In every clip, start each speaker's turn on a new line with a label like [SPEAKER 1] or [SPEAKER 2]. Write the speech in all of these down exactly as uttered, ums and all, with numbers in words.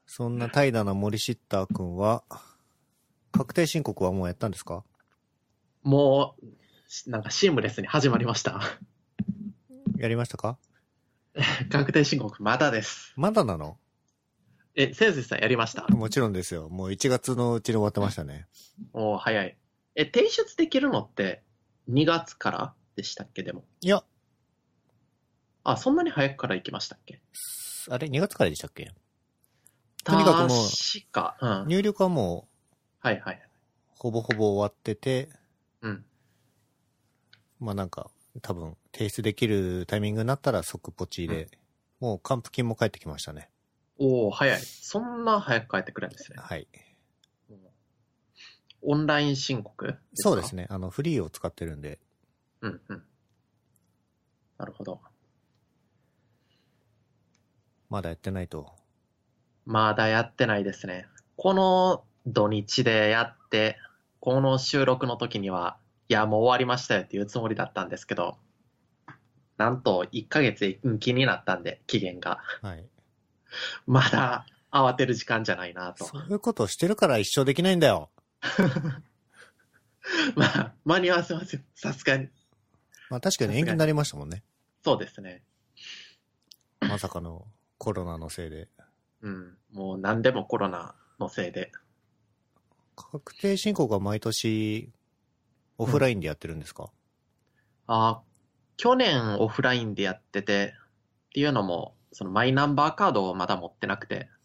[SPEAKER 1] そんな怠惰な森シッター君は、確定申告はもうやったんですか？
[SPEAKER 2] もう、なんかシームレスに始まりました。
[SPEAKER 1] やりましたか？
[SPEAKER 2] 確定申告まだです。
[SPEAKER 1] まだなの？
[SPEAKER 2] え、せいぜいさんやりました？
[SPEAKER 1] もちろんですよ。もういちがつのうちに終わってましたね。
[SPEAKER 2] おー、早い。え、提出できるのってにがつからでしたっけ？でも。
[SPEAKER 1] いや、
[SPEAKER 2] あ、そんなに早くから行きましたっけ？
[SPEAKER 1] あれにがつからでしたっけ？とにかくもう、
[SPEAKER 2] 確か、うん。
[SPEAKER 1] 入力はもう、
[SPEAKER 2] はいはい。
[SPEAKER 1] ほぼほぼ終わってて、
[SPEAKER 2] うん。
[SPEAKER 1] まあなんか、多分、提出できるタイミングになったら即ポチで、うん、もう還付金も返ってきましたね。
[SPEAKER 2] おー、早い。そんな早く返ってくるんですね。
[SPEAKER 1] はい。
[SPEAKER 2] オンライン申告ですか？
[SPEAKER 1] そうですね。あの、フリーを使ってるんで。
[SPEAKER 2] うんうん。なるほど。
[SPEAKER 1] まだやってないと。
[SPEAKER 2] まだやってないですね。この土日でやって、この収録の時には、いや、もう終わりましたよっていうつもりだったんですけど、なんといっかげつ延期になったんで、期限が。
[SPEAKER 1] はい。
[SPEAKER 2] まだ慌てる時間じゃないなと。
[SPEAKER 1] そういうことをしてるから一生できないんだよ。
[SPEAKER 2] まあ、間に合わせますよ。さすがに。
[SPEAKER 1] まあ確かに延期になりましたもんね。
[SPEAKER 2] そうですね。
[SPEAKER 1] まさかのコロナのせいで。
[SPEAKER 2] うん。もう何でもコロナのせいで。
[SPEAKER 1] 確定申告は毎年オフラインでやってるんですか？うん、
[SPEAKER 2] あ、去年オフラインでやってて、っていうのも、そのマイナンバーカードをまだ持ってなくて。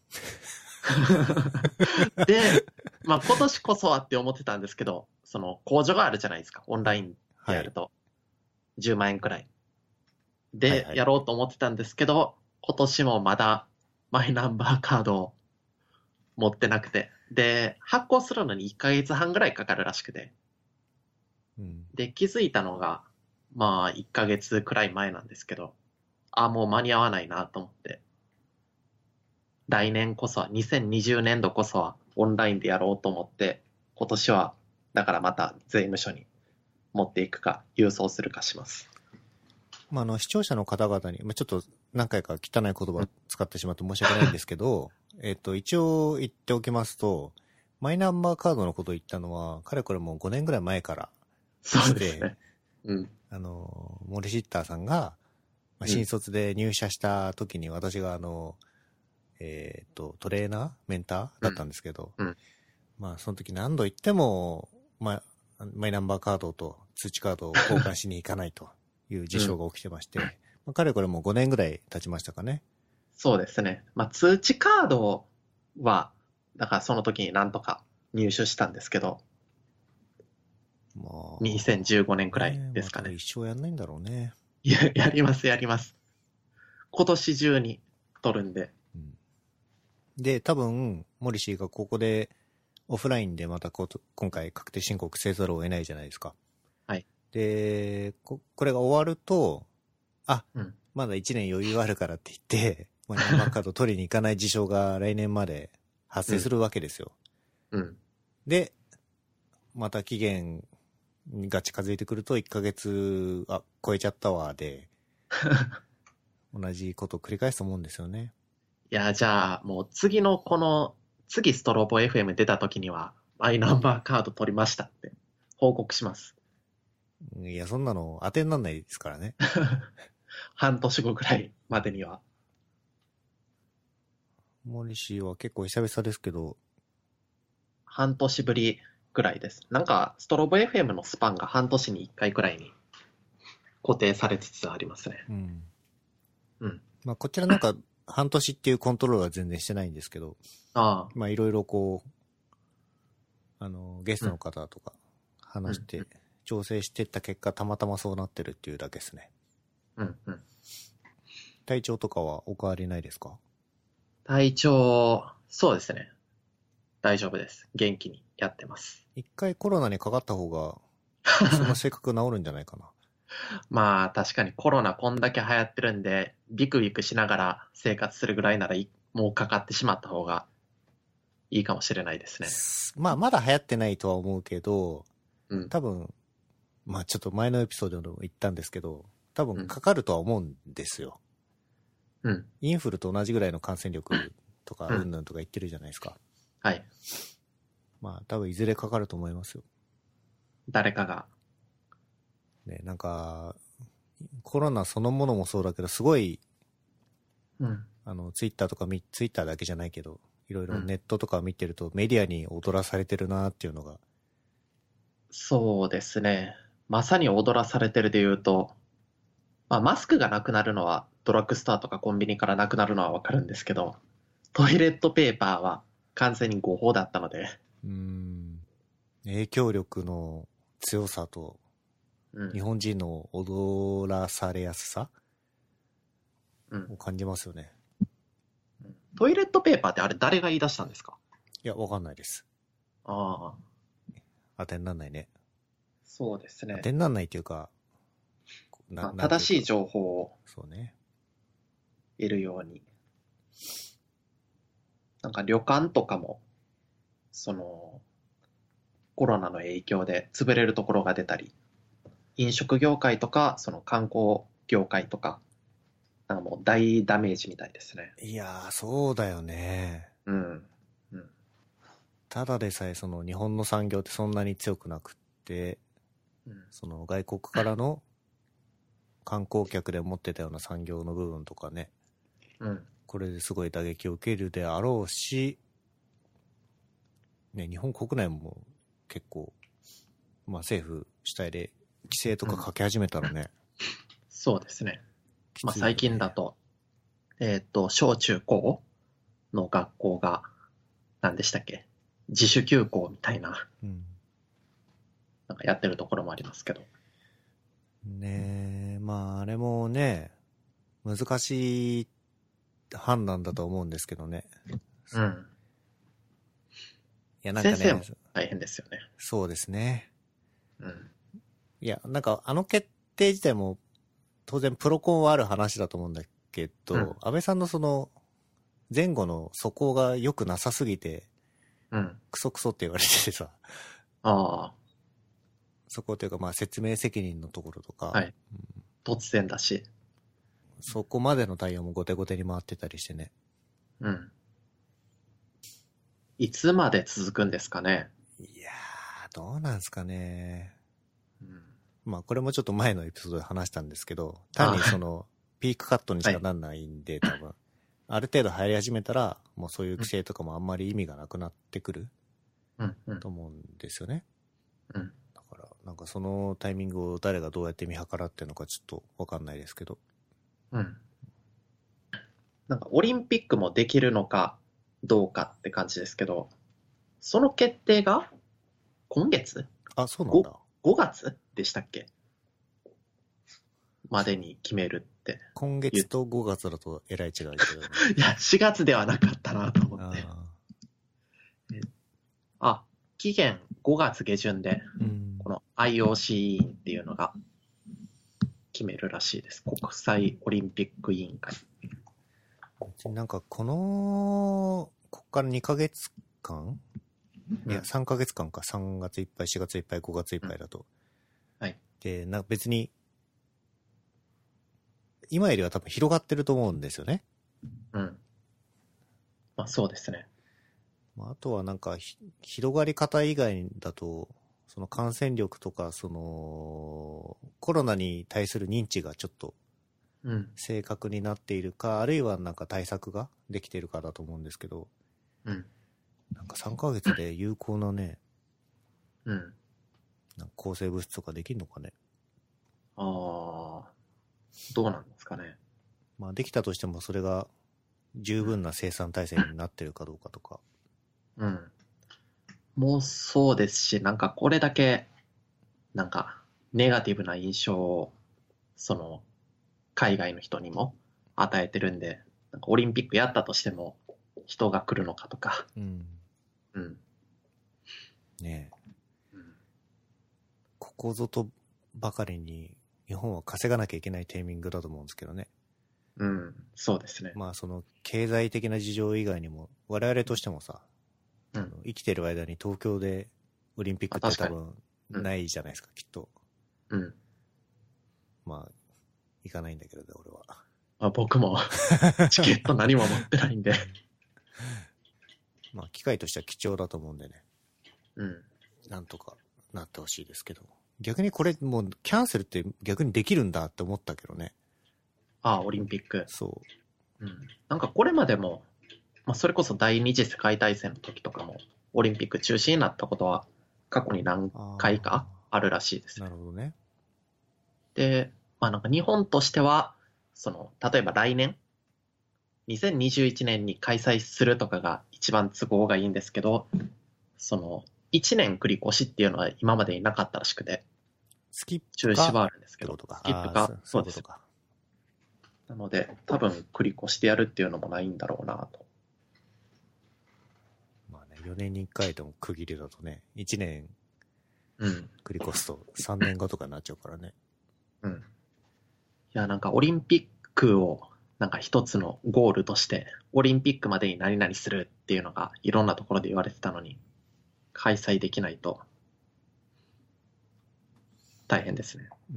[SPEAKER 2] で、まあ今年こそはって思ってたんですけど、その控除があるじゃないですか。オンラインでやると。じゅうまんえんくらい。で、はいはい、やろうと思ってたんですけど、今年もまだマイナンバーカードを持ってなくて。で、発行するのにいっかげつはんぐらいかかるらしくて。うん、で、気づいたのが、まあいっかげつくらい前なんですけど、あ、もう間に合わないなと思って。来年こそは、にせんにじゅうねんどこそはオンラインでやろうと思って、今年は、だからまた税務署に持っていくか、郵送するかします。
[SPEAKER 1] まあ、あの、視聴者の方々に、まあ、ちょっと何回か汚い言葉を使ってしまって申し訳ないんですけど、えっと、一応言っておきますと、マイナンバーカードのことを言ったのは、かれこれもうごねんぐらい前から
[SPEAKER 2] そうですね。うん。
[SPEAKER 1] あの、森シッターさんが、まあ、新卒で入社した時に私があの、えっと、トレーナーメンターだったんですけど、
[SPEAKER 2] うんうん、
[SPEAKER 1] まあ、その時何度言っても、まあ、マイナンバーカードと通知カードを交換しに行かないという事象が起きてまして、うん、まあ、かれこれもうごねんぐらい経ちましたかね。
[SPEAKER 2] そうですね。まあ、通知カードは、だからその時になんとか入手したんですけど、まあ、にせんじゅうごねんくらいですかね。
[SPEAKER 1] ね、まあ、一生やんないんだろうね。
[SPEAKER 2] いや、やります、やります。今年中に取るんで。
[SPEAKER 1] うん、で、多分、モリシーがここで、オフラインでまたこう今回確定申告せざるを得ないじゃないですか。
[SPEAKER 2] はい。
[SPEAKER 1] で、こ, これが終わると、あ、
[SPEAKER 2] うん、
[SPEAKER 1] まだいちねん余裕あるからって言って、マイナンバーカード取りに行かない事象が来年まで発生するわけですよ。
[SPEAKER 2] うん。
[SPEAKER 1] で、また期限が近づいてくるといっかげつ、あ、超えちゃったわで、同じことを繰り返すと思うんですよね。
[SPEAKER 2] いや、じゃあ、もう次のこの、次ストロボ エフエム 出た時には、マイナンバーカード取りましたって報告します。
[SPEAKER 1] いや、そんなの当てにならないですからね。
[SPEAKER 2] 半年後くらいまでには。
[SPEAKER 1] 森氏は結構久々ですけど。
[SPEAKER 2] 半年ぶりくらいです。なんか、ストロボ エフエム のスパンが半年にいっかいくらいに固定されつつありますね。
[SPEAKER 1] うん。
[SPEAKER 2] うん。
[SPEAKER 1] まあ、こちらなんか、半年っていうコントロールは全然してないんですけど。
[SPEAKER 2] ああ。
[SPEAKER 1] まあ、いろいろこう、あの、ゲストの方とか話して、うん、調整していった結果、たまたまそうなってるっていうだけですね。
[SPEAKER 2] うんうん。
[SPEAKER 1] 体調とかはお変わりないですか？
[SPEAKER 2] 体調、そうですね。大丈夫です。元気にやってます。
[SPEAKER 1] 一回コロナにかかった方が、その性格治るんじゃないかな。
[SPEAKER 2] まあ確かにコロナこんだけ流行ってるんで、ビクビクしながら生活するぐらいならもうかかってしまった方がいいかもしれないですね。
[SPEAKER 1] まあまだ流行ってないとは思うけど、
[SPEAKER 2] うん、
[SPEAKER 1] 多分、まあちょっと前のエピソードでも言ったんですけど、多分かかるとは思うんですよ。
[SPEAKER 2] うん。
[SPEAKER 1] インフルと同じぐらいの感染力とか、うんぬんとか言ってるじゃないですか。
[SPEAKER 2] はい。
[SPEAKER 1] まあ、多分いずれかかると思いますよ。
[SPEAKER 2] 誰かが。
[SPEAKER 1] ね、なんか、コロナそのものもそうだけど、すごい、
[SPEAKER 2] うん。
[SPEAKER 1] あの、ツイッターとかみ、ツイッターだけじゃないけど、いろいろネットとか見てると、メディアに踊らされてるなっていうのが。
[SPEAKER 2] そうですね。まさに踊らされてるで言うと、まあ、マスクがなくなるのは、ドラッグストアとかコンビニからなくなるのはわかるんですけど、トイレットペーパーは完全に誤報だったので。
[SPEAKER 1] うーん。影響力の強さと、
[SPEAKER 2] うん、
[SPEAKER 1] 日本人の踊らされやすさ
[SPEAKER 2] うん
[SPEAKER 1] を感じますよね。
[SPEAKER 2] トイレットペーパーってあれ誰が言い出したんですか？
[SPEAKER 1] いや、わかんないです。
[SPEAKER 2] ああ。
[SPEAKER 1] 当てになんないね。
[SPEAKER 2] そうですね。
[SPEAKER 1] 当てになんないっていうか、
[SPEAKER 2] まあ、正しい情報を
[SPEAKER 1] そうね。
[SPEAKER 2] 得るように。なんか旅館とかも、その、コロナの影響で潰れるところが出たり、飲食業界とか、その観光業界とか、なんかもう大ダメージみたいですね。
[SPEAKER 1] いやー、そうだよね。
[SPEAKER 2] うん。うん、
[SPEAKER 1] ただでさえその日本の産業ってそんなに強くなくって、
[SPEAKER 2] うん、
[SPEAKER 1] その外国からの観光客で持ってたような産業の部分とかね、
[SPEAKER 2] うん、
[SPEAKER 1] これですごい打撃を受けるであろうし、ね、日本国内も結構、まあ政府主体で規制とかかけ始めたらね。
[SPEAKER 2] うん、そうですね。まあ、
[SPEAKER 1] ね、
[SPEAKER 2] 最近だと、えっ、ー、と、小中高の学校が、何でしたっけ？自主休校みたいな、うん、なんかやってるところもありますけど。
[SPEAKER 1] ねえ、まああれもね、難しい判断だと思うんですけどね。
[SPEAKER 2] うん。
[SPEAKER 1] いやなんかね、
[SPEAKER 2] 先生も大変ですよね。
[SPEAKER 1] そうですね。
[SPEAKER 2] うん。
[SPEAKER 1] いや、なんかあの決定自体も当然プロコンはある話だと思うんだけど、うん、安倍さんのその前後の素行が良くなさすぎて、うん、クソクソって言われててさ。ああ。そこというかまあ説明責任のところとか。はい。
[SPEAKER 2] うん、突然だし。
[SPEAKER 1] そこまでの対応も後手後手に回ってたりしてね。
[SPEAKER 2] うん。いつまで続くんですかね。
[SPEAKER 1] いやー、どうなんすかね。うん、まあこれもちょっと前のエピソードで話したんですけど、単にそのピークカットにしかなんないんで、はい、多分。ある程度入り始めたら、もうそういう規制とかもあんまり意味がなくなってくる、うんうん、と思うんですよね。うん、だから、なんかそのタイミングを誰がどうやって見計らってるのかちょっとわかんないですけど。
[SPEAKER 2] うん。なんかオリンピックもできるのかどうかって感じですけど、その決定が今月？
[SPEAKER 1] あ、そうなんだ。
[SPEAKER 2] ご, ごがつでしたっけ？までに決めるって。
[SPEAKER 1] 今月とごがつだとえらい違いけど、ね。
[SPEAKER 2] いや、しがつではなかったなと思って。あ, あ、期限ごがつ下旬で、うん、この アイオーシー 委員っていうのが決めるらしいです。国際オリンピック委員会。
[SPEAKER 1] なんかこの、こっからにかげつかん、うん、いや、さんかげつかんか。さんがついっぱい、しがついっぱい、ごがついっぱいだと。うん、はい。で、なんか別に、今よりは多分広がってると思うんですよね。
[SPEAKER 2] うん。まあそうですね。
[SPEAKER 1] まあ、あとはなんか広がり方以外だと、その感染力とか、その、コロナに対する認知がちょっと、正確になっているか、うん、あるいはなんか対策ができているかだと思うんですけど、うん。なんかさんかげつで有効なね、うん。なんか抗生物質とかできるのかね。
[SPEAKER 2] ああ。どうなんですかね。
[SPEAKER 1] まあできたとしてもそれが十分な生産体制になってるかどうかとか。
[SPEAKER 2] うん。もうそうですし、なんかこれだけ、なんかネガティブな印象を、その、海外の人にも与えてるんで、なんかオリンピックやったとしても人が来るのかとか。うん。うん。
[SPEAKER 1] ねえ。うん、ここぞとばかりに、日本は稼がなきゃいけないタイミングだと思うんですけどね。
[SPEAKER 2] うん、そうですね。
[SPEAKER 1] まあその経済的な事情以外にも、我々としてもさ、うん、生きてる間に東京でオリンピックって多分ないじゃないですか、うん、きっと。うん。まあ、行かないんだけどね、俺は。
[SPEAKER 2] あ、僕もチケット何も持ってないんで。
[SPEAKER 1] まあ機会としては貴重だと思うんでね。
[SPEAKER 2] うん。
[SPEAKER 1] なんとかなってほしいですけど。逆にこれもうキャンセルって逆にできるんだって思ったけどね。
[SPEAKER 2] ああ、オリンピック。
[SPEAKER 1] そう。
[SPEAKER 2] うん。なんかこれまでも、まあ、それこそ第二次世界大戦の時とかも、オリンピック中止になったことは過去に何回かあるらしいです。
[SPEAKER 1] なるほどね。
[SPEAKER 2] で、まあなんか日本としては、その、例えば来年、にせんにじゅういちねんに開催するとかが一番都合がいいんですけど、その、いちねん繰り越しっていうのは今までになかったらしくて、
[SPEAKER 1] スキップ
[SPEAKER 2] 中止はあるんですけど、
[SPEAKER 1] か
[SPEAKER 2] スキップか、
[SPEAKER 1] そうです。
[SPEAKER 2] なので、多分繰り越してやるっていうのもないんだろうなと。
[SPEAKER 1] まあね、よねんにいっかいでも区切りだとね、いちねん
[SPEAKER 2] うん。
[SPEAKER 1] 繰り越すとさんねんごとかになっちゃうからね。
[SPEAKER 2] うん。いや、なんかオリンピックをなんか一つのゴールとして、オリンピックまでに何々するっていうのがいろんなところで言われてたのに、開催できないと大変ですね。
[SPEAKER 1] うん。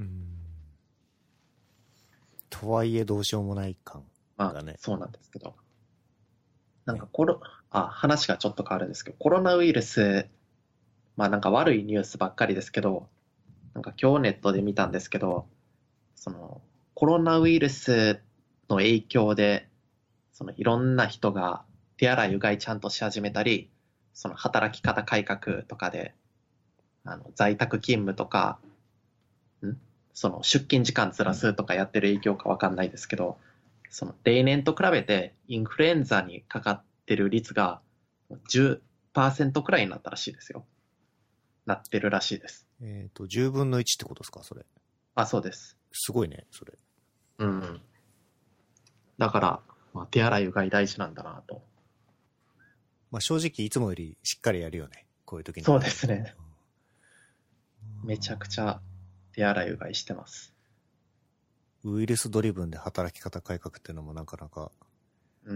[SPEAKER 1] とはいえどうしようもない感がね。
[SPEAKER 2] まあ、そうなんですけど。なんかコロ、あ、話がちょっと変わるんですけど、コロナウイルス、まあなんか悪いニュースばっかりですけど、なんか今日ネットで見たんですけど、そのコロナウイルスの影響で、そのいろんな人が手洗いうがいちゃんとし始めたり、その働き方改革とかで、あの在宅勤務とか、んその出勤時間ずらすとかやってる影響かわかんないですけど、その例年と比べてインフルエンザにかかってる率がじゅっパーセントくらいになったらしいですよ。なってるらしいです。
[SPEAKER 1] えっと、じゅうぶんのいちってことですか、それ。
[SPEAKER 2] あ、そうです。
[SPEAKER 1] すごいね、それ。
[SPEAKER 2] うん。だから、まあ、手洗いうがい大事なんだなと。
[SPEAKER 1] まあ正直いつもよりしっかりやるよね、こういう時に。
[SPEAKER 2] そうですね。めちゃくちゃ手洗いうがいしてます。
[SPEAKER 1] ウイルスドリブンで働き方改革っていうのもなかなか。
[SPEAKER 2] うん。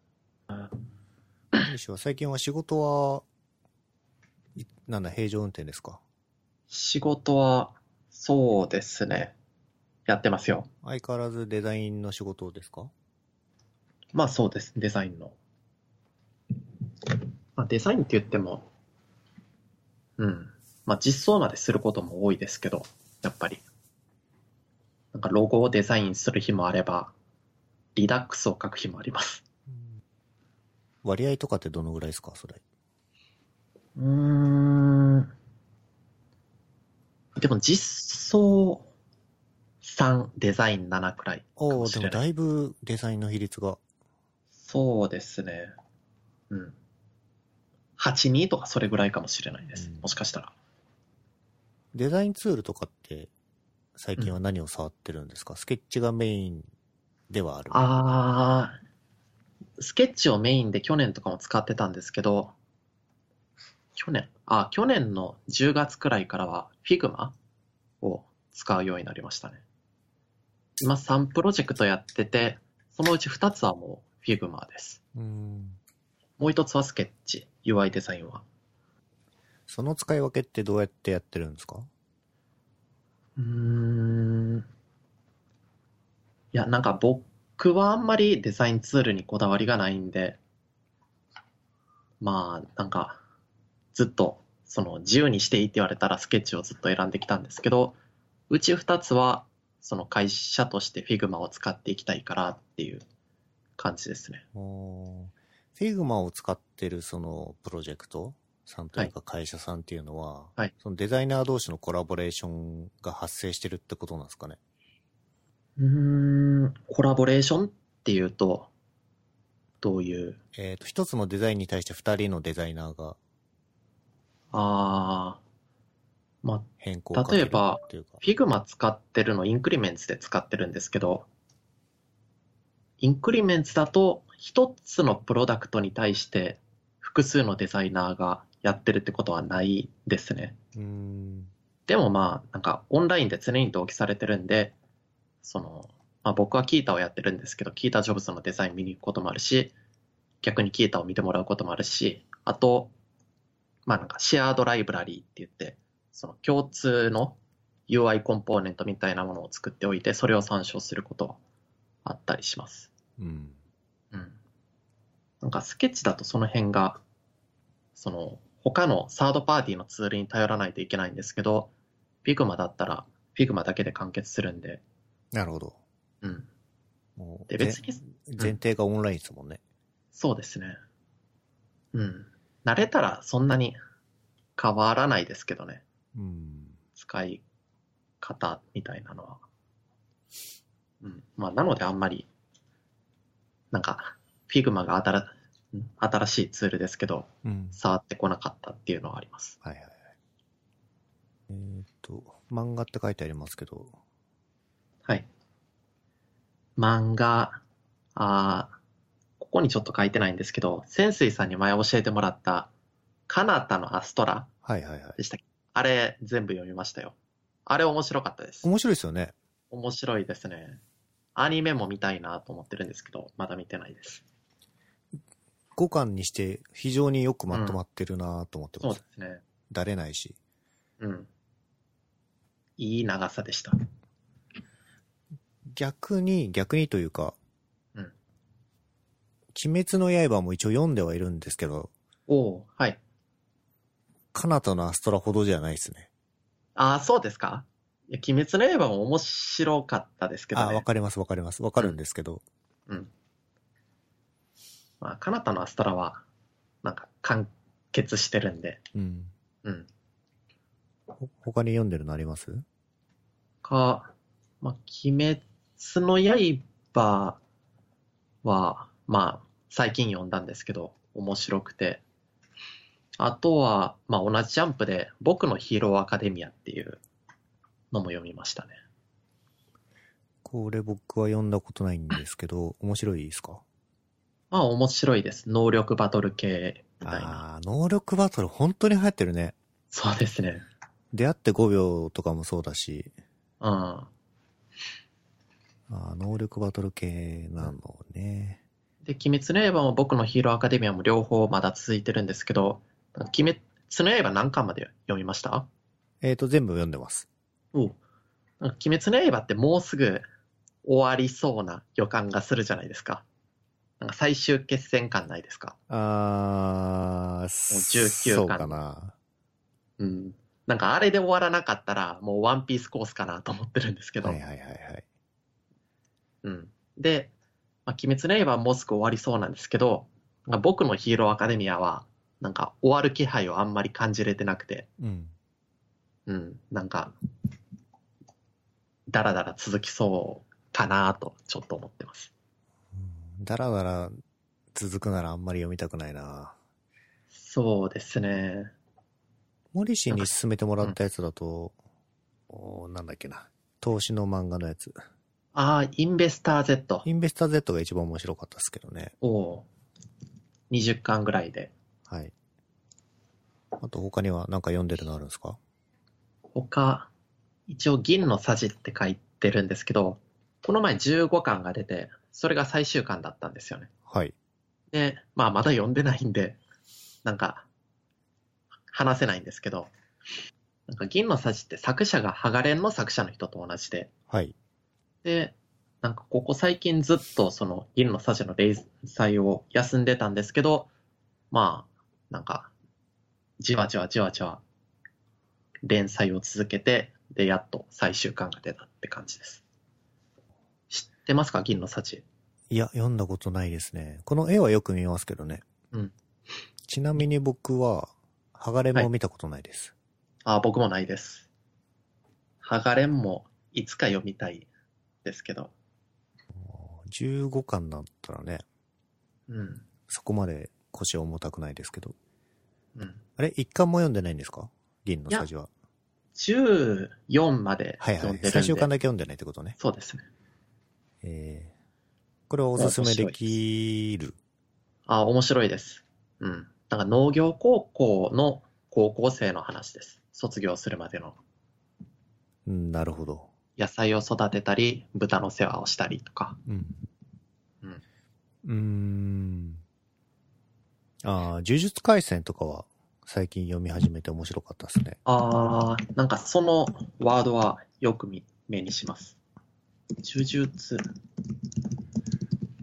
[SPEAKER 1] 何でしょう、最近は仕事は、なんだ、平常運転ですか？
[SPEAKER 2] 仕事は、そうですね。やってますよ。
[SPEAKER 1] 相変わらずデザインの仕事ですか？
[SPEAKER 2] まあそうです。デザインの。まあ、デザインって言っても、うん。まあ実装まですることも多いですけど、やっぱり。なんかロゴをデザインする日もあれば、リダックスを書く日もあります。
[SPEAKER 1] 割合とかってどのぐらいですか、それ。
[SPEAKER 2] うーん。でも実装さん、デザインななくらいか
[SPEAKER 1] おお、
[SPEAKER 2] もしれない。
[SPEAKER 1] でもだいぶデザインの比率が。
[SPEAKER 2] そうですね。うん。はち、にとかそれぐらいかもしれないです。
[SPEAKER 1] うん
[SPEAKER 2] もしかしたら。
[SPEAKER 1] デザインツールとかって最近は何を触ってるんですか？うん、スケッチがメインではある。
[SPEAKER 2] あー、スケッチをメインで去年とかも使ってたんですけど、去年、あ、去年のじゅうがつくらいからは Figma を使うようになりましたね。今さんプロジェクトやってて、そのうちふたつはもう Figma です。
[SPEAKER 1] うん。
[SPEAKER 2] もうひとつはスケッチ、ユーアイ デザインは。
[SPEAKER 1] その使い分けってどうやってやってるんですか？
[SPEAKER 2] うーん。いや、なんか僕はあんまりデザインツールにこだわりがないんで、まあ、なんか、ずっと、その自由にしていいって言われたらスケッチをずっと選んできたんですけど、うちふたつは、その会社として Figma を使っていきたいからっていう感じですね。
[SPEAKER 1] おー、Figma を使ってるそのプロジェクトさんというか会社さんっていうのは、
[SPEAKER 2] はい。
[SPEAKER 1] そのデザイナー同士のコラボレーションが発生してるってことなんですかね？
[SPEAKER 2] うーん、コラボレーションっていうと、どういう。
[SPEAKER 1] えっと、一つのデザインに対して二人のデザイナーが
[SPEAKER 2] あー、まあ、
[SPEAKER 1] 変更をかける
[SPEAKER 2] 例えば
[SPEAKER 1] っていうか。
[SPEAKER 2] Figma 使ってるのインクリメンツで使ってるんですけど、インクリメンツだと一つのプロダクトに対して複数のデザイナーがやってるってことはないですね。
[SPEAKER 1] うーん。
[SPEAKER 2] でもまあ、なんかオンラインで常に同期されてるんで、その、まあ僕はキータをやってるんですけど、キータジョブズのデザイン見に行くこともあるし、逆にキータを見てもらうこともあるし、あと、まあなんかシェアードライブラリーって言って、その共通の ユーアイ コンポーネントみたいなものを作っておいて、それを参照することはあったりします。
[SPEAKER 1] うん。
[SPEAKER 2] うん。 なんかスケッチだとその辺が、その他のサードパーティーのツールに頼らないといけないんですけど、Figma だったら Figma だけで完結するんで。
[SPEAKER 1] なるほど。
[SPEAKER 2] うん。
[SPEAKER 1] もう
[SPEAKER 2] で、別に、
[SPEAKER 1] 前提がオンラインですもんね、うん。
[SPEAKER 2] そうですね。うん。慣れたらそんなに変わらないですけどね。
[SPEAKER 1] うん。
[SPEAKER 2] 使い方みたいなのは。うん。まあ、なのであんまり、なんか、Figma が新新しいツールですけど、うん、触ってこなかったっていうのはあります。
[SPEAKER 1] はいはいはい。えっと、漫画って書いてありますけど。
[SPEAKER 2] はい。漫画、あここにちょっと書いてないんですけど、潜水さんに前教えてもらった、カナタのアストラ
[SPEAKER 1] はいはいはい。
[SPEAKER 2] でしたっけ？あれ、全部読みましたよ。あれ面白かったです。
[SPEAKER 1] 面白いですよね。
[SPEAKER 2] 面白いですね。アニメも見たいなと思ってるんですけど、まだ見てないです。
[SPEAKER 1] ごかんにして非常によくまとまってるなと思ってます。
[SPEAKER 2] うん、そうですね。
[SPEAKER 1] だれないし。
[SPEAKER 2] うん。いい長さでした。
[SPEAKER 1] 逆に、逆にというか、
[SPEAKER 2] うん。
[SPEAKER 1] 鬼滅の刃も一応読んではいるんですけど、
[SPEAKER 2] おー、はい。
[SPEAKER 1] カナタのアストラほどじゃないですね。
[SPEAKER 2] ああ、そうですか？いや、鬼滅の刃も面白かったですけどね。
[SPEAKER 1] ああ、わかりますわかります。わかるんですけど。
[SPEAKER 2] うん。うん、まあ、カナタのアストラは、なんか完結してるんで。
[SPEAKER 1] うん。
[SPEAKER 2] うん。
[SPEAKER 1] ほ他に読んでるのあります？
[SPEAKER 2] か、まあ、鬼滅の刃は、まあ、最近読んだんですけど、面白くて。あとは、まあ、同じジャンプで、僕のヒーローアカデミアっていうのも読みましたね。
[SPEAKER 1] これ僕は読んだことないんですけど、面白いですか？
[SPEAKER 2] まあ、面白いです。能力バトル系みたいな。
[SPEAKER 1] ああ、能力バトル本当に流行ってるね。
[SPEAKER 2] そうですね。
[SPEAKER 1] 出会ってごびょうとかもそうだし。
[SPEAKER 2] うん。
[SPEAKER 1] ああ、能力バトル系なのね。
[SPEAKER 2] で、鬼滅の刃も僕のヒーローアカデミアも両方まだ続いてるんですけど、鬼滅の刃何巻まで読みました？
[SPEAKER 1] えっと、全部読んでます。
[SPEAKER 2] おう。鬼滅の刃ってもうすぐ終わりそうな予感がするじゃないですか。なんか最終決戦感ないですか？
[SPEAKER 1] あー、
[SPEAKER 2] もうじゅうきゅうかん。
[SPEAKER 1] そうかな。
[SPEAKER 2] うん。なんかあれで終わらなかったら、もうワンピースコースかなと思ってるんですけど。
[SPEAKER 1] はいはいはいはい。
[SPEAKER 2] うん。で、まあ、鬼滅の刃はもうすぐ終わりそうなんですけど、僕のヒーローアカデミアは、なんか終わる気配をあんまり感じれてなくて、
[SPEAKER 1] うん。
[SPEAKER 2] うん。なんか、だらだら続きそうかなと、ちょっと思ってます。
[SPEAKER 1] だらだら続くならあんまり読みたくないな。
[SPEAKER 2] そうですね。
[SPEAKER 1] 森氏に勧めてもらったやつだと、うん、おなんだっけな。投資の漫画のやつ。
[SPEAKER 2] ああ、インベスター Z。
[SPEAKER 1] インベスター Z が一番面白かったですけどね。
[SPEAKER 2] おお。にじゅっかんぐらいで。
[SPEAKER 1] はい。あと他には何か読んでるのあるんですか？
[SPEAKER 2] 他、一応銀のさじって書いてるんですけど、この前じゅうごかんが出て、それが最終巻だったんですよね。
[SPEAKER 1] はい。
[SPEAKER 2] で、まあまだ読んでないんで、なんか、話せないんですけど、なんか銀のさじって作者がハガレンの作者の人と同じで、
[SPEAKER 1] はい。
[SPEAKER 2] で、なんかここ最近ずっとその銀のさじの連載を休んでたんですけど、まあ、なんか、じわじわじわじわ連載を続けて、で、やっと最終巻が出たって感じです。知ってますか、銀のさじ？
[SPEAKER 1] いや、読んだことないですね。この絵はよく見ますけどね。
[SPEAKER 2] うん。
[SPEAKER 1] ちなみに僕は、ハガレンも見たことないです。
[SPEAKER 2] はい、あ、僕もないです。ハガレンもいつか読みたいですけど。
[SPEAKER 1] じゅうごかんだったらね、
[SPEAKER 2] うん。
[SPEAKER 1] そこまで腰重たくないですけど。
[SPEAKER 2] うん。
[SPEAKER 1] あれ一巻も読んでないんですか？銀のさじは。
[SPEAKER 2] じゅうよんまで読んでるんで。はいはい。
[SPEAKER 1] 最終巻だけ読んでないってことね。
[SPEAKER 2] そうですね。
[SPEAKER 1] えー、これはおすすめできる？
[SPEAKER 2] あ、面白いです。うん。なんか農業高校の高校生の話です。卒業するまでの。
[SPEAKER 1] うん、なるほど。
[SPEAKER 2] 野菜を育てたり、豚の世話をしたりとか。
[SPEAKER 1] うん。
[SPEAKER 2] うん。
[SPEAKER 1] うーん。ああ、呪術廻戦とかは最近読み始めて面白かったですね。
[SPEAKER 2] ああ、なんかそのワードはよく目にします。呪術。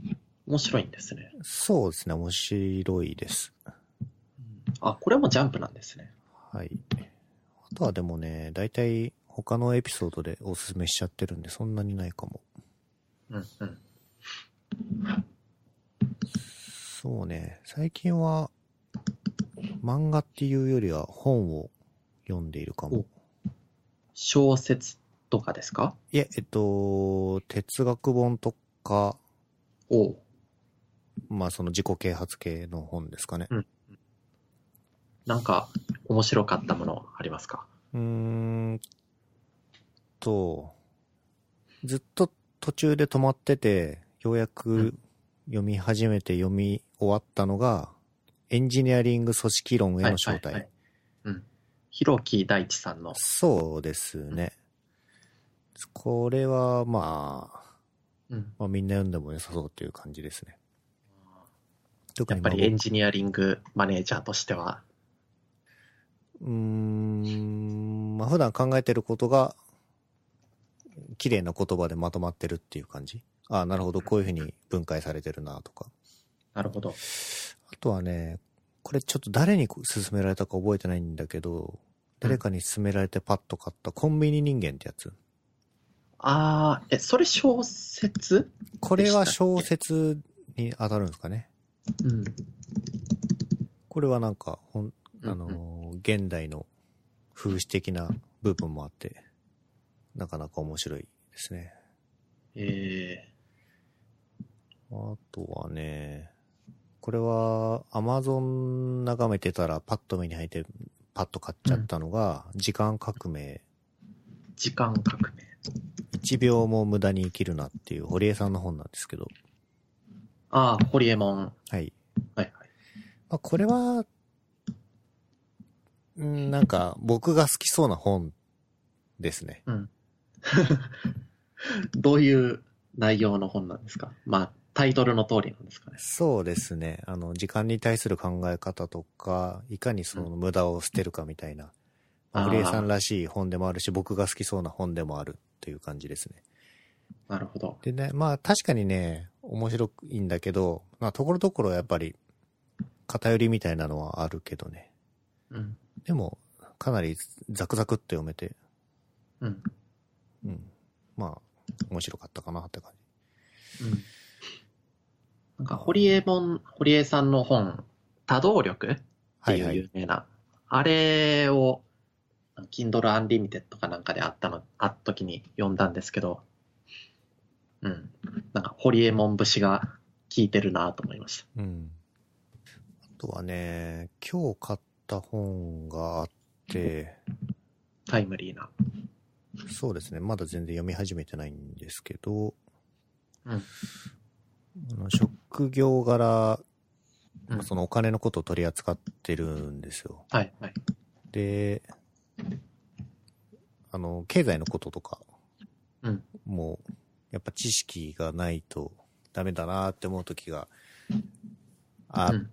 [SPEAKER 2] 面白いんですね。
[SPEAKER 1] そうですね、面白いです。
[SPEAKER 2] あ、これもジャンプなんですね。
[SPEAKER 1] はい。あとはでもね、大体他のエピソードでおすすめしちゃってるんで、そんなにないかも。
[SPEAKER 2] うんうん。
[SPEAKER 1] そうね、最近は漫画っていうよりは本を読んでいるかも。
[SPEAKER 2] 小説とかですか？
[SPEAKER 1] いえ、えっと、哲学本とか、
[SPEAKER 2] お
[SPEAKER 1] まあその自己啓発系の本ですかね。
[SPEAKER 2] うん。なんか面白かったものありますか？
[SPEAKER 1] うーんと、ずっと途中で止まってて、ようやく読み始めて読み終わったのが、エンジニアリング組織論への招待。はいはいはい、
[SPEAKER 2] うん。広木大地さんの。
[SPEAKER 1] そうですね。うん、これはまあ、うん、まあみんな読んでも良さそうっていう感じですね。
[SPEAKER 2] 特にやっぱりエンジニアリングマネージャーとしては。
[SPEAKER 1] うーん、まあ普段考えてることが、綺麗な言葉でまとまってるっていう感じ。ああ、なるほど、こういうふうに分解されてるなとか。
[SPEAKER 2] なるほど。
[SPEAKER 1] あとはね、これちょっと誰に勧められたか覚えてないんだけど、誰かに勧められてパッと買ったコンビニ人間ってやつ。
[SPEAKER 2] ああ、え、それ小説？
[SPEAKER 1] これは小説に当たるんですかね。
[SPEAKER 2] うん。
[SPEAKER 1] これはなんか、ほん、あのーうんうん、現代の風刺的な部分もあって、なかなか面白いですね。
[SPEAKER 2] え
[SPEAKER 1] えー。あとはね、これは Amazon 眺めてたらパッと目に入ってパッと買っちゃったのが、うん、時間革命。
[SPEAKER 2] 時間革命。
[SPEAKER 1] 一秒も無駄に生きるなっていう堀江さんの本なんですけど。
[SPEAKER 2] ああ、堀江門。
[SPEAKER 1] はい。はい
[SPEAKER 2] はい。
[SPEAKER 1] まあ、これは、んなんか僕が好きそうな本ですね。
[SPEAKER 2] うん。どういう内容の本なんですか？まあ、タイトルの通りなんですかね。
[SPEAKER 1] そうですね。あの、時間に対する考え方とか、いかにその無駄を捨てるかみたいな、うん、堀江さんらしい本でもあるし、僕が好きそうな本でもあるっていう感じですね。
[SPEAKER 2] なるほど。
[SPEAKER 1] でね、まあ確かにね、面白いんだけど、まあところどころやっぱり偏りみたいなのはあるけどね。
[SPEAKER 2] うん。
[SPEAKER 1] でも、かなりザクザクって読めて、
[SPEAKER 2] うん。
[SPEAKER 1] うん。まあ、面白かったかなって感じ。
[SPEAKER 2] うん。なんか、堀江門、堀江さんの本、多動力っていう有名な、はいはい、あれを、Kindle Unlimited かなんかであったの、あった時に読んだんですけど、うん。なんか、堀江門節が効いてるなと思いました。
[SPEAKER 1] うん。あとはね、今日買った本があって、
[SPEAKER 2] タイムリーな。
[SPEAKER 1] そうですね。まだ全然読み始めてないんですけど、
[SPEAKER 2] うん。
[SPEAKER 1] あの職業柄、うん、そのお金のことを取り扱ってるんですよ。
[SPEAKER 2] はいはい。
[SPEAKER 1] で、あの、経済のこととか、
[SPEAKER 2] うん、
[SPEAKER 1] もう、やっぱ知識がないとダメだなって思う時があって、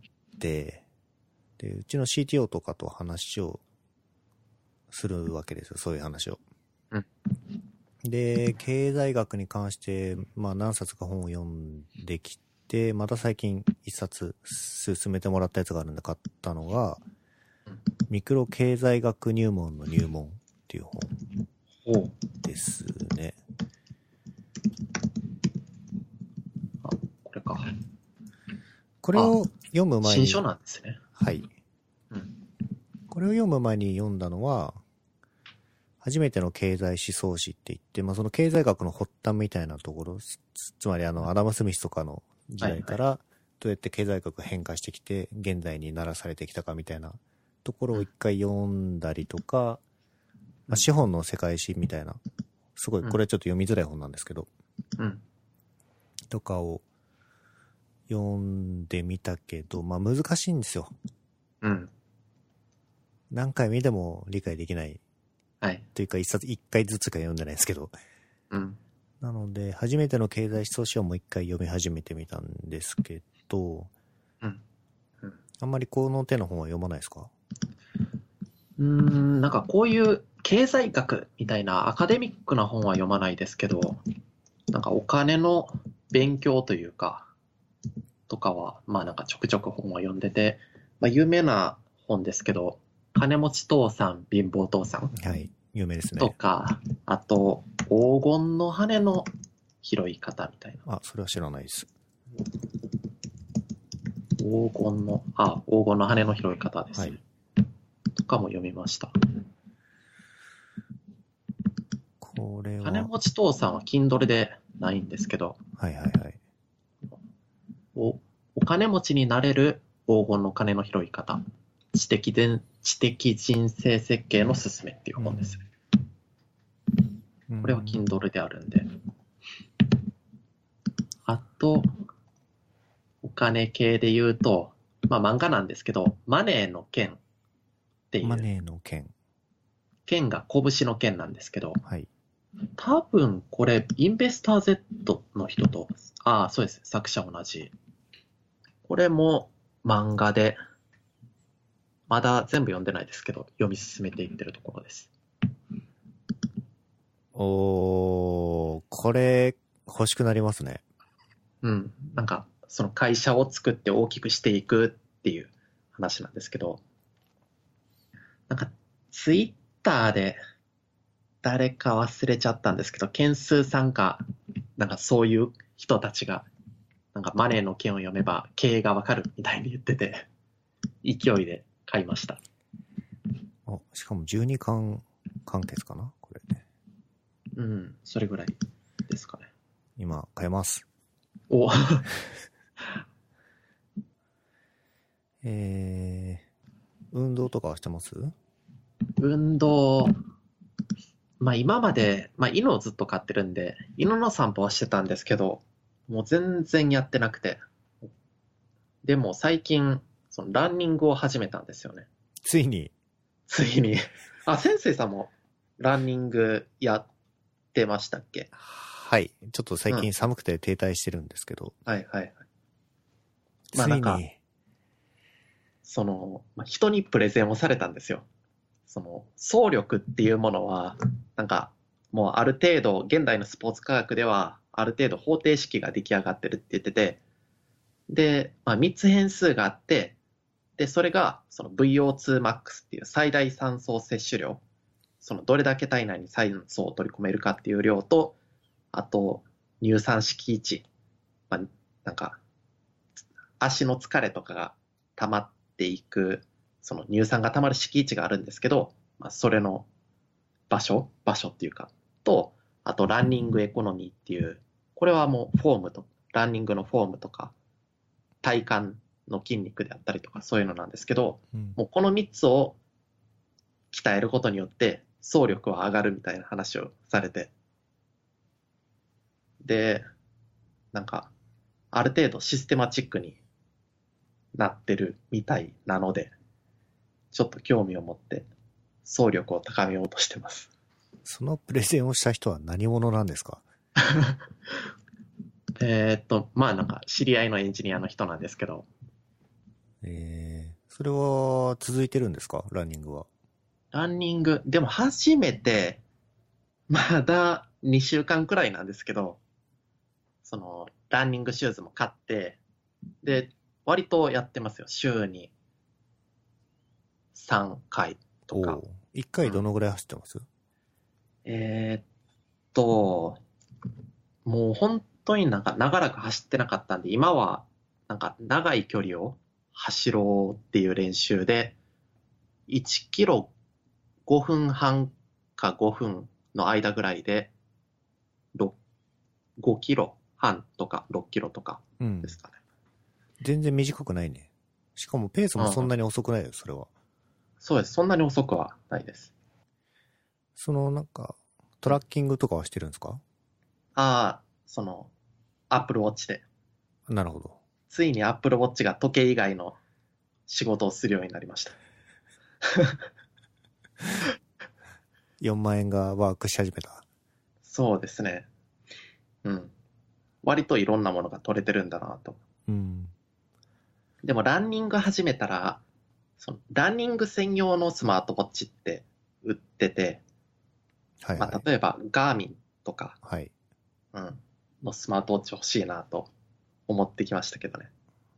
[SPEAKER 1] うん、で、うちの シーティーオー とかと話をするわけですよ。そういう話を。
[SPEAKER 2] うん、
[SPEAKER 1] で、経済学に関して、まあ何冊か本を読んできて、また最近一冊進めてもらったやつがあるんで買ったのが、ミクロ経済学入門の入門っていう本ですね。
[SPEAKER 2] あ、これか。
[SPEAKER 1] これを読む前に。
[SPEAKER 2] 新書なんですね。
[SPEAKER 1] はい。
[SPEAKER 2] うん、こ
[SPEAKER 1] れを読む前に読んだのは、初めての経済思想史って言って、まあその経済学の発端みたいなところ、つまりあのアダム・スミスとかの時代からどうやって経済学が変化してきて現在にならされてきたかみたいなところを一回読んだりとか、まあ、資本の世界史みたいな、すごいこれちょっと読みづらい本なんですけど、
[SPEAKER 2] うん、
[SPEAKER 1] とかを読んでみたけど、まあ難しいんですよ。
[SPEAKER 2] うん。
[SPEAKER 1] 何回見ても理解できない。
[SPEAKER 2] はい。
[SPEAKER 1] というか一冊一回ずつしか読んでないんですけど。
[SPEAKER 2] うん。
[SPEAKER 1] なので、初めての経済思想史をもう一回読み始めてみたんですけど、
[SPEAKER 2] うん。うん、
[SPEAKER 1] あんまりこの手の本は読まないですか？
[SPEAKER 2] うーん、なんかこういう経済学みたいなアカデミックな本は読まないですけど、なんかお金の勉強というか、 とかは、まあなんかちょくちょく本を読んでて、まあ有名な本ですけど、金持ち父さん、貧乏父さん。
[SPEAKER 1] はい。有名ですね。
[SPEAKER 2] とか、あと、黄金の羽の拾い方みたいな。
[SPEAKER 1] あ、それは知らないです。
[SPEAKER 2] 黄金の、あ、黄金の羽の拾い方ですね。はい。とかも読みました。
[SPEAKER 1] これは。
[SPEAKER 2] 金持ち父さんは Kindle でないんですけど。
[SPEAKER 1] はいはいはい。
[SPEAKER 2] お、お金持ちになれる黄金の金の拾い方。知的で、知的人生設計のすすめっていう本です。うん、これは Kindle であるんで。あと、お金系で言うと、まあ漫画なんですけど、マネーの剣っていう。
[SPEAKER 1] マネーの剣。
[SPEAKER 2] 剣が拳の剣なんですけど、
[SPEAKER 1] はい。
[SPEAKER 2] 多分これ、インベスター Z の人と、ああ、そうです。作者同じ。これも漫画で、まだ全部読んでないですけど、読み進めていってるところです。
[SPEAKER 1] おー、これ、欲しくなりますね。
[SPEAKER 2] うん。なんか、その会社を作って大きくしていくっていう話なんですけど、なんか、ツイッターで、誰か忘れちゃったんですけど、件数さんか、なんかそういう人たちが、なんかマネーの件を読めば経営がわかるみたいに言ってて、勢いで買いました。
[SPEAKER 1] あ、しかもじゅうにかん完結かなこれね。
[SPEAKER 2] うん、それぐらいですかね。
[SPEAKER 1] 今、買えます。
[SPEAKER 2] お
[SPEAKER 1] えー、運動とかはしてます？
[SPEAKER 2] 運動、まあ今まで、まあ犬をずっと飼ってるんで、犬の散歩はしてたんですけど、もう全然やってなくて。でも最近、そのランニングを始めたんですよね。
[SPEAKER 1] ついに。
[SPEAKER 2] ついに。あ、先生さんもランニングやってましたっけ？
[SPEAKER 1] はい。ちょっと最近寒くて停滞してるんですけど。
[SPEAKER 2] うん、はいはいはい。
[SPEAKER 1] まあなんか、
[SPEAKER 2] その、まあ、人にプレゼンをされたんですよ。その、走力っていうものは、なんか、もうある程度、現代のスポーツ科学では、ある程度方程式が出来上がってるって言ってて、で、まあ、みっつ変数があって、で、それが、その ブイオーツーマックス っていう最大酸素摂取量、そのどれだけ体内に酸素を取り込めるかっていう量と、あと、乳酸式位置、まあ、なんか、足の疲れとかが溜まっていく、その乳酸が溜まる式位置があるんですけど、まあ、それの場所、場所っていうか、と、あとランニングエコノミーっていう、これはもうフォームと、ランニングのフォームとか、体幹の筋肉であったりとか、そういうのなんですけど、うん、もうこのみっつを鍛えることによって走力は上がるみたいな話をされて、で、なんか、ある程度システマチックになってるみたいなので、ちょっと興味を持って走力を高めようとしてます。
[SPEAKER 1] そのプレゼンをした人は何者なんですか？
[SPEAKER 2] えっと、まあなんか知り合いのエンジニアの人なんですけど。
[SPEAKER 1] えー、それは続いてるんですか？ランニングは。
[SPEAKER 2] ランニング、でも初めて、まだにしゅうかんくらいなんですけど、その、ランニングシューズも買って、で、割とやってますよ。週にさんかいとか。
[SPEAKER 1] いっかいどのぐらい走ってます？うん、
[SPEAKER 2] えー、っと、もう本当になんか長らく走ってなかったんで、今はなんか長い距離を走ろうっていう練習で、いちキロごふんはんかごふんの間ぐらいで、ごキロはんとかろっキロとかですかね。
[SPEAKER 1] うん、全然短くないね。しかもペースもそんなに遅くないよ、うん、それは。
[SPEAKER 2] そうです。そんなに遅くはないです。
[SPEAKER 1] そのなんか、トラッキングとかはしてるんですか？
[SPEAKER 2] ああ、その、Apple Watch で。
[SPEAKER 1] なるほど。
[SPEAKER 2] ついに Apple Watch が時計以外の仕事をするようになりました。
[SPEAKER 1] よんまん円がワークし始めた。
[SPEAKER 2] そうですね。うん。割といろんなものが取れてるんだなと。
[SPEAKER 1] うん。
[SPEAKER 2] でもランニング始めたら、そのランニング専用のスマートウォッチって売ってて、はいはい、まあ、例えばガーミンとか、
[SPEAKER 1] はい、
[SPEAKER 2] うん、のスマートウォッチ欲しいなと思ってきましたけどね。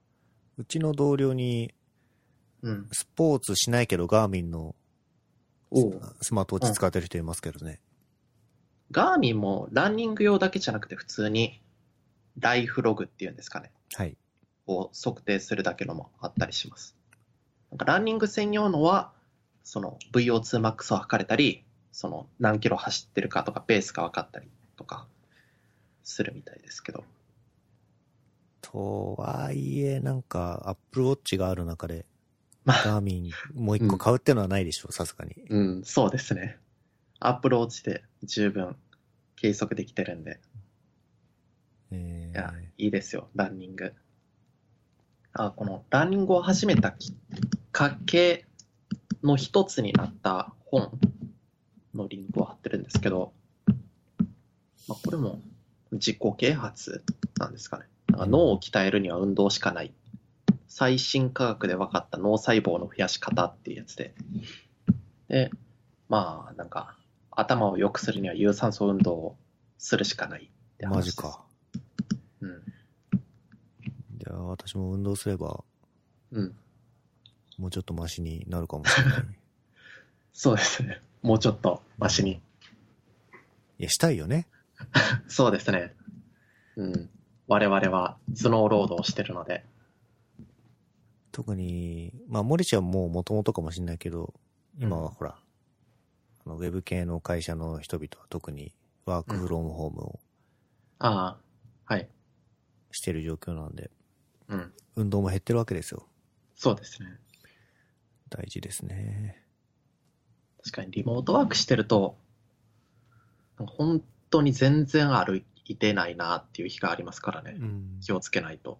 [SPEAKER 1] うちの同僚に、
[SPEAKER 2] うん。
[SPEAKER 1] スポーツしないけどガーミンの
[SPEAKER 2] おう
[SPEAKER 1] スマートウォッチ使ってる人いますけどね。
[SPEAKER 2] ガーミンもランニング用だけじゃなくて普通にライフログっていうんですかね。
[SPEAKER 1] はい。
[SPEAKER 2] を測定するだけのもあったりします。なんかランニング専用のは、その ブイオーツーマックス を測れたり、その何キロ走ってるかとかペースが分かったりとかするみたいですけど。
[SPEAKER 1] とはいえ、なんか、アップルウォッチがある中で、
[SPEAKER 2] まあ、
[SPEAKER 1] ガーミンもう一個買うってのはないでしょう、さすがに。
[SPEAKER 2] うん、そうですね。アップルウォッチで十分計測できてるんで。
[SPEAKER 1] えー、
[SPEAKER 2] いや、いいですよ、ランニング。あ、このランニングを始めたきっかけの一つになった本のリンクを貼ってるんですけど、まあ、これも自己啓発なんですかね。なんか脳を鍛えるには運動しかない。最新科学で分かった脳細胞の増やし方っていうやつで。で、まあ、なんか、頭を良くするには有酸素運動をするしかないって話です。
[SPEAKER 1] マジか。
[SPEAKER 2] うん。
[SPEAKER 1] じゃあ、私も運動すれば、
[SPEAKER 2] うん。
[SPEAKER 1] もうちょっとマシになるかもしれない。
[SPEAKER 2] そうですね。もうちょっとマシに。
[SPEAKER 1] いや、したいよね。
[SPEAKER 2] そうですね。うん。我々は頭脳労働をしてるので。
[SPEAKER 1] 特に、まあ、森氏はもう元々かもしれないけど、今は
[SPEAKER 2] うん
[SPEAKER 1] ほら、あのウェブ系の会社の人々は特にワークフロームホームを
[SPEAKER 2] ああ、はい。
[SPEAKER 1] してる状況なんで、
[SPEAKER 2] うん。
[SPEAKER 1] 運動も減ってるわけですよ。そう
[SPEAKER 2] ですね。
[SPEAKER 1] 大事ですね。
[SPEAKER 2] 確かにリモートワークしてると、本当に全然歩いてないなっていう日がありますからね。
[SPEAKER 1] うん、
[SPEAKER 2] 気をつけないと。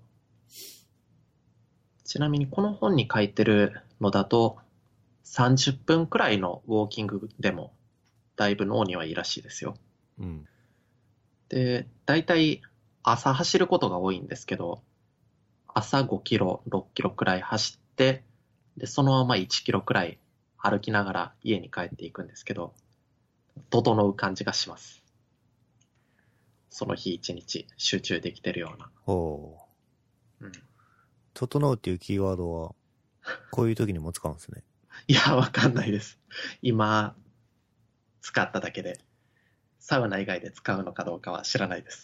[SPEAKER 2] ちなみにこの本に書いてるのだと、さんじゅっぷんくらいのウォーキングでも、だいぶ脳にはいいらしいですよ。
[SPEAKER 1] うん。
[SPEAKER 2] で、だいたい朝走ることが多いんですけど、朝ごキロ、ろっキロくらい走って、で、そのままいちキロくらい歩きながら家に帰っていくんですけど、整う感じがします。その日一日集中できてるような。
[SPEAKER 1] ほ
[SPEAKER 2] うん。
[SPEAKER 1] う。整うっていうキーワードは、こういう時にも使うんですね。
[SPEAKER 2] いや、わかんないです。今、使っただけで、サウナ以外で使うのかどうかは知らないです。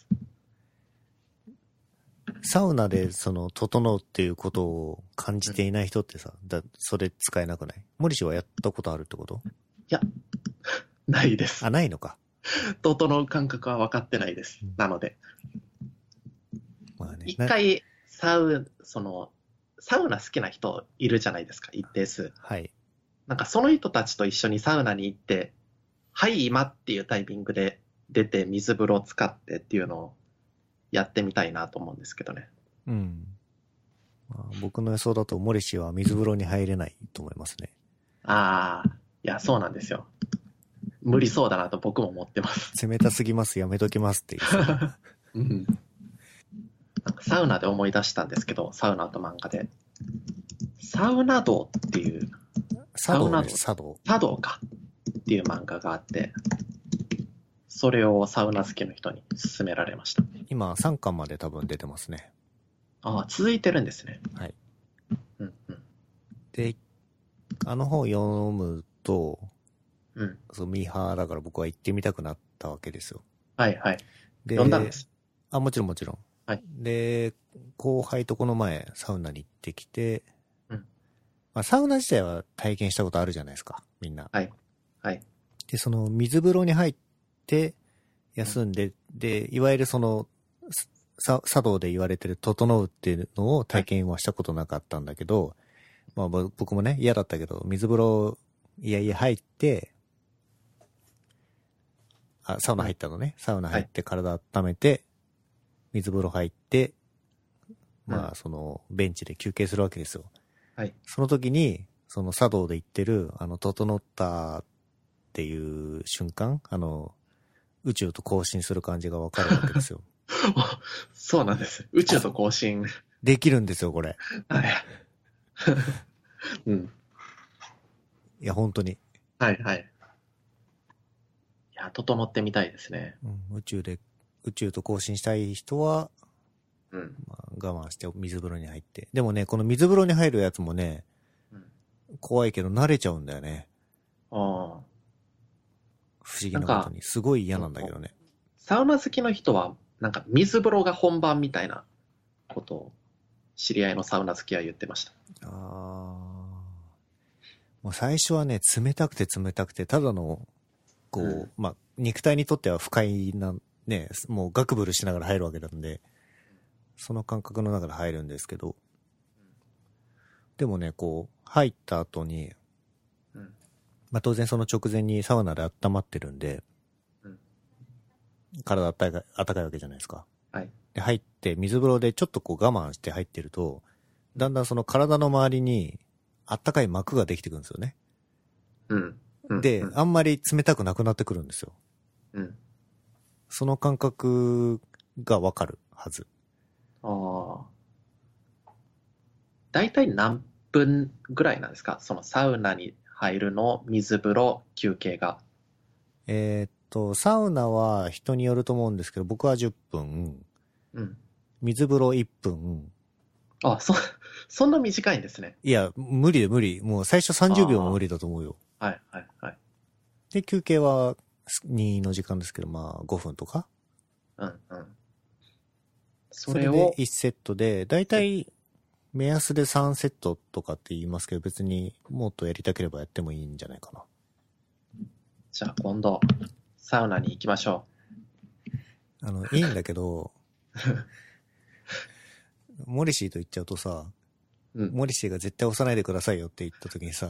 [SPEAKER 1] サウナでその、整うっていうことを感じていない人ってさ、だそれ使えなくない？森氏はやったことあるってこと？
[SPEAKER 2] いや、ないです。
[SPEAKER 1] あ、ないのか。
[SPEAKER 2] 整う感覚は分かってないです。
[SPEAKER 1] うん、
[SPEAKER 2] なので。
[SPEAKER 1] まあね。
[SPEAKER 2] 一回、サウ、その、サウナ好きな人いるじゃないですか、一定数。
[SPEAKER 1] はい。
[SPEAKER 2] なんかその人たちと一緒にサウナに行って、はい、今っていうタイミングで出て水風呂を使ってっていうのをやってみたいなと思うんですけどね。
[SPEAKER 1] うん。まあ、僕の予想だと森氏は水風呂に入れないと思いますね。
[SPEAKER 2] ああ、いや、そうなんですよ。無理そうだなと僕も思ってます。
[SPEAKER 1] 冷たすぎます、やめときますっていう。
[SPEAKER 2] うん。なんかサウナで思い出したんですけど、サウナと漫画で。サウナ道っていう、
[SPEAKER 1] 茶道です、茶道。
[SPEAKER 2] 茶道かっていう漫画があって、それをサウナ好きの人に勧められました。
[SPEAKER 1] 今さんかんまで多分出てますね。
[SPEAKER 2] ああ、続いてるんですね。
[SPEAKER 1] はい。
[SPEAKER 2] うんうん。
[SPEAKER 1] で、あの本を読むと、
[SPEAKER 2] うん。
[SPEAKER 1] そう、ミーハーだから僕は行ってみたくなったわけですよ。
[SPEAKER 2] はいはい。
[SPEAKER 1] で、
[SPEAKER 2] 読んだんです。
[SPEAKER 1] あ、もちろんもちろん。
[SPEAKER 2] はい。
[SPEAKER 1] で、後輩とこの前サウナに行ってきて、
[SPEAKER 2] うん。
[SPEAKER 1] まあ、サウナ自体は体験したことあるじゃないですか、みんな。
[SPEAKER 2] はい。はい。
[SPEAKER 1] で、その水風呂に入って休んで、うん、で、いわゆるその、茶道で言われてる整うっていうのを体験はしたことなかったんだけど、はい、まあ僕もね、嫌だったけど、水風呂、いやいや入って、あ、サウナ入ったのね。サウナ入って体温めて、水風呂入って、まあその、ベンチで休憩するわけですよ。
[SPEAKER 2] はい。
[SPEAKER 1] その時に、その茶道で言ってる、あの、整ったっていう瞬間、あの、宇宙と交信する感じがわかるわけですよ。
[SPEAKER 2] そうなんです。宇宙と交信。
[SPEAKER 1] できるんですよ、これ。
[SPEAKER 2] はい。うん。
[SPEAKER 1] いや、本当に。
[SPEAKER 2] はいはい。いや、整ってみたいですね。
[SPEAKER 1] うん、宇宙で、宇宙と交信したい人は、
[SPEAKER 2] うん
[SPEAKER 1] まあ、我慢して水風呂に入って。でもね、この水風呂に入るやつもね、うん、怖いけど慣れちゃうんだよね。
[SPEAKER 2] ああ。
[SPEAKER 1] 不思議なことに。すごい嫌なんだけどね。
[SPEAKER 2] サウナ好きの人は、なんか水風呂が本番みたいなことを、知り合いのサウナ好きは言ってました。
[SPEAKER 1] ああ。もう最初はね、冷たくて冷たくて、ただの、こう、うん、まあ、肉体にとっては不快な、ね、もうガクブルしながら入るわけなんで、その感覚の中で入るんですけど、でもね、こう、入った後に、うん、まあ当然その直前にサウナで温まってるんで、うん、体あったかい、あったかいわけじゃないですか。
[SPEAKER 2] はい。
[SPEAKER 1] で、入って水風呂でちょっとこう我慢して入ってると、だんだんその体の周りにあったかい膜ができてくるんですよね。
[SPEAKER 2] うん。うん、
[SPEAKER 1] で、あんまり冷たくなくなってくるんですよ。
[SPEAKER 2] うん。
[SPEAKER 1] その感覚がわかるはず。
[SPEAKER 2] ああ。だいたい何分ぐらいなんですか？そのサウナに入るの、水風呂、休憩が。
[SPEAKER 1] えー、っと、サウナは人によると思うんですけど、僕はじゅっぷん。
[SPEAKER 2] うん。
[SPEAKER 1] 水風呂いっぷん。
[SPEAKER 2] あ、そ、そんな短いんですね。
[SPEAKER 1] いや、無理で無理。もう最初さんじゅうびょうも無理だと思うよ。
[SPEAKER 2] はいはいはい。
[SPEAKER 1] で、休憩はにの時間ですけど、まあごふんとか。
[SPEAKER 2] うんうん。
[SPEAKER 1] それを。それでいちセットで、だいたい目安でさんセットとかって言いますけど、別にもっとやりたければやってもいいんじゃないかな。
[SPEAKER 2] じゃあ今度、サウナに行きましょ
[SPEAKER 1] う。あの、いいんだけど、モリシーと言っちゃうとさ、うん、モリシーが絶対押さないでくださいよって言った時にさ、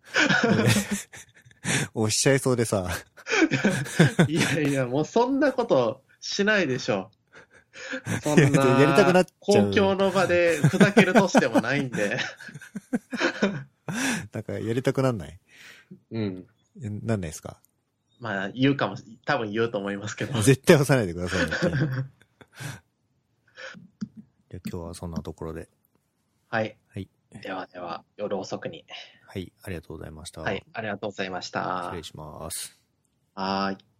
[SPEAKER 1] 押しちゃいそうでさ。
[SPEAKER 2] いやいや、もうそんなことしないでしょ。そんな、
[SPEAKER 1] やりたくなっちゃう。
[SPEAKER 2] 公共の場でふざけるとしてもないんで。
[SPEAKER 1] なんかやりたくなんない？
[SPEAKER 2] うん。
[SPEAKER 1] なんないですか？
[SPEAKER 2] まあ言うかも、多分言うと思いますけど。
[SPEAKER 1] 絶対押さないでくださいね。じゃあ今日はそんなところで。
[SPEAKER 2] はい。
[SPEAKER 1] はい。
[SPEAKER 2] ではでは、夜遅くに。
[SPEAKER 1] はい、ありがとうございました。
[SPEAKER 2] はい、ありがとうございました。
[SPEAKER 1] 失礼します。
[SPEAKER 2] はーい。